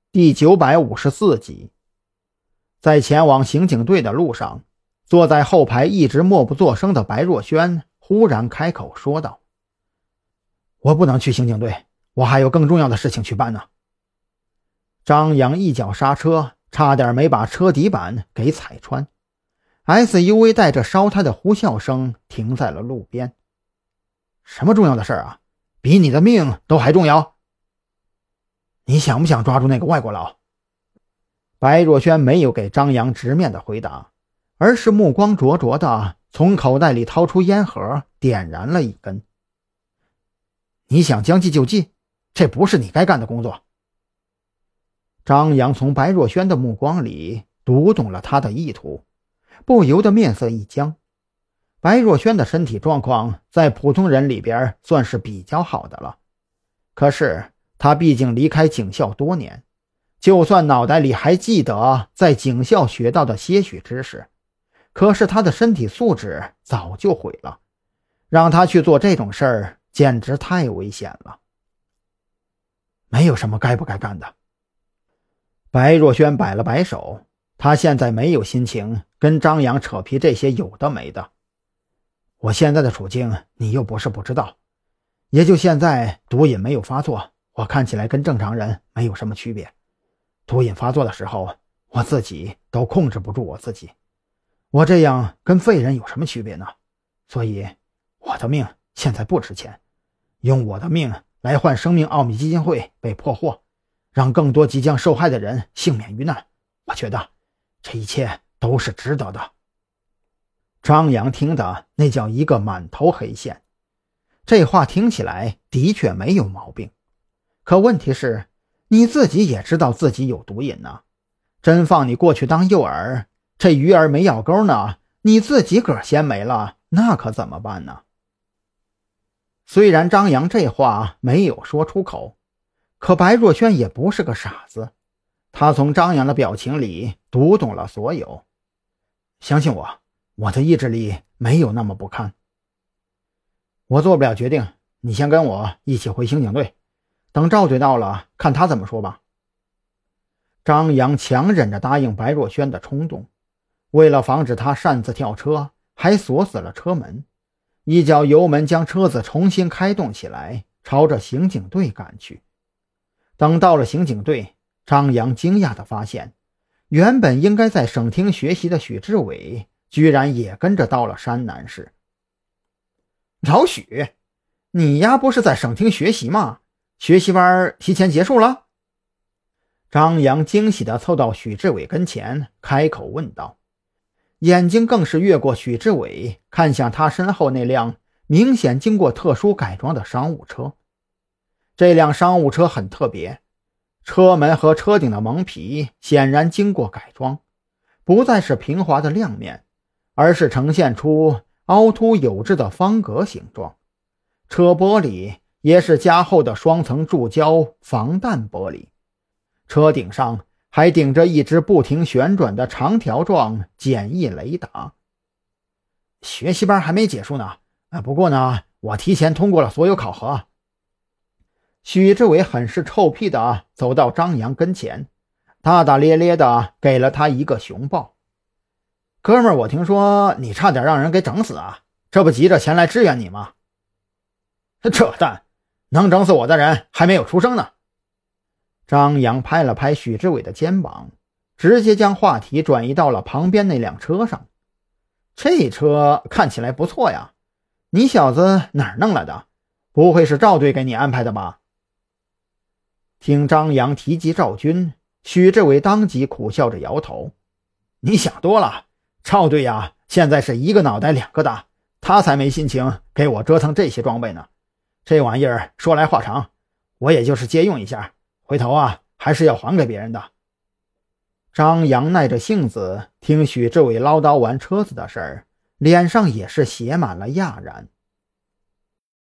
第954集。在前往刑警队的路上，坐在后排一直默不作声的白若萱忽然开口说道：“我不能去刑警队，我还有更重要的事情去办呢。”张扬一脚刹车，差点没把车底板给踩穿。SUV 带着烧胎的呼啸声停在了路边。“什么重要的事啊？比你的命都还重要？你想不想抓住那个外国佬？”白若萱没有给张扬直面的回答，而是目光灼灼的从口袋里掏出烟盒，点燃了一根。“你想将计就计？这不是你该干的工作。”张扬从白若萱的目光里读懂了他的意图，不由得面色一僵。白若萱的身体状况在普通人里边算是比较好的了，可是他毕竟离开警校多年，就算脑袋里还记得在警校学到的些许知识，可是他的身体素质早就毁了，让他去做这种事儿简直太危险了。没有什么该不该干的。白若萱摆了摆手，他现在没有心情跟张扬扯皮这些有的没的。我现在的处境你又不是不知道，也就现在毒瘾没有发作，我看起来跟正常人没有什么区别。毒瘾发作的时候，我自己都控制不住我自己，我这样跟废人有什么区别呢？所以我的命现在不值钱，用我的命来换生命奥秘基金会被破获，让更多即将受害的人幸免于难，我觉得这一切都是值得的。张扬听的那叫一个满头黑线，这话听起来的确没有毛病，可问题是你自己也知道自己有毒瘾呢，真放你过去当诱饵，这鱼儿没咬钩呢，你自己个儿先没了，那可怎么办呢？虽然张扬这话没有说出口，可白若萱也不是个傻子，他从张扬的表情里读懂了所有。相信我，我的意志力没有那么不堪。我做不了决定，你先跟我一起回刑警队，等赵队到了看他怎么说吧。张扬强忍着答应白若萱的冲动，为了防止他擅自跳车，还锁死了车门，一脚油门将车子重新开动起来，朝着刑警队赶去。等到了刑警队，张扬惊讶地发现，原本应该在省厅学习的许志伟居然也跟着到了山南市。老许，你丫不是在省厅学习吗？学习班提前结束了？张扬惊喜地凑到许志伟跟前，开口问道，眼睛更是越过许志伟，看向他身后那辆明显经过特殊改装的商务车。这辆商务车很特别，车门和车顶的蒙皮显然经过改装，不再是平滑的亮面，而是呈现出凹凸有致的方格形状，车玻璃也是加厚的双层注胶防弹玻璃，车顶上还顶着一只不停旋转的长条状简易雷达。学习班还没结束呢，不过呢，我提前通过了所有考核。许志伟很是臭屁的走到张扬跟前，大大咧咧的给了他一个熊抱。哥们儿，我听说你差点让人给整死啊，这不急着前来支援你吗？扯淡，能整死我的人还没有出生呢。张扬拍了拍许志伟的肩膀，直接将话题转移到了旁边那辆车上。这车看起来不错呀，你小子哪儿弄来的？不会是赵队给你安排的吧？听张扬提及赵军，许志伟当即苦笑着摇头。你想多了，赵队呀，现在是一个脑袋两个大，他才没心情给我折腾这些装备呢。这玩意儿说来话长，我也就是借用一下，回头啊还是要还给别人的。张扬耐着性子听许志伟唠叨完车子的事儿，脸上也是写满了讶然。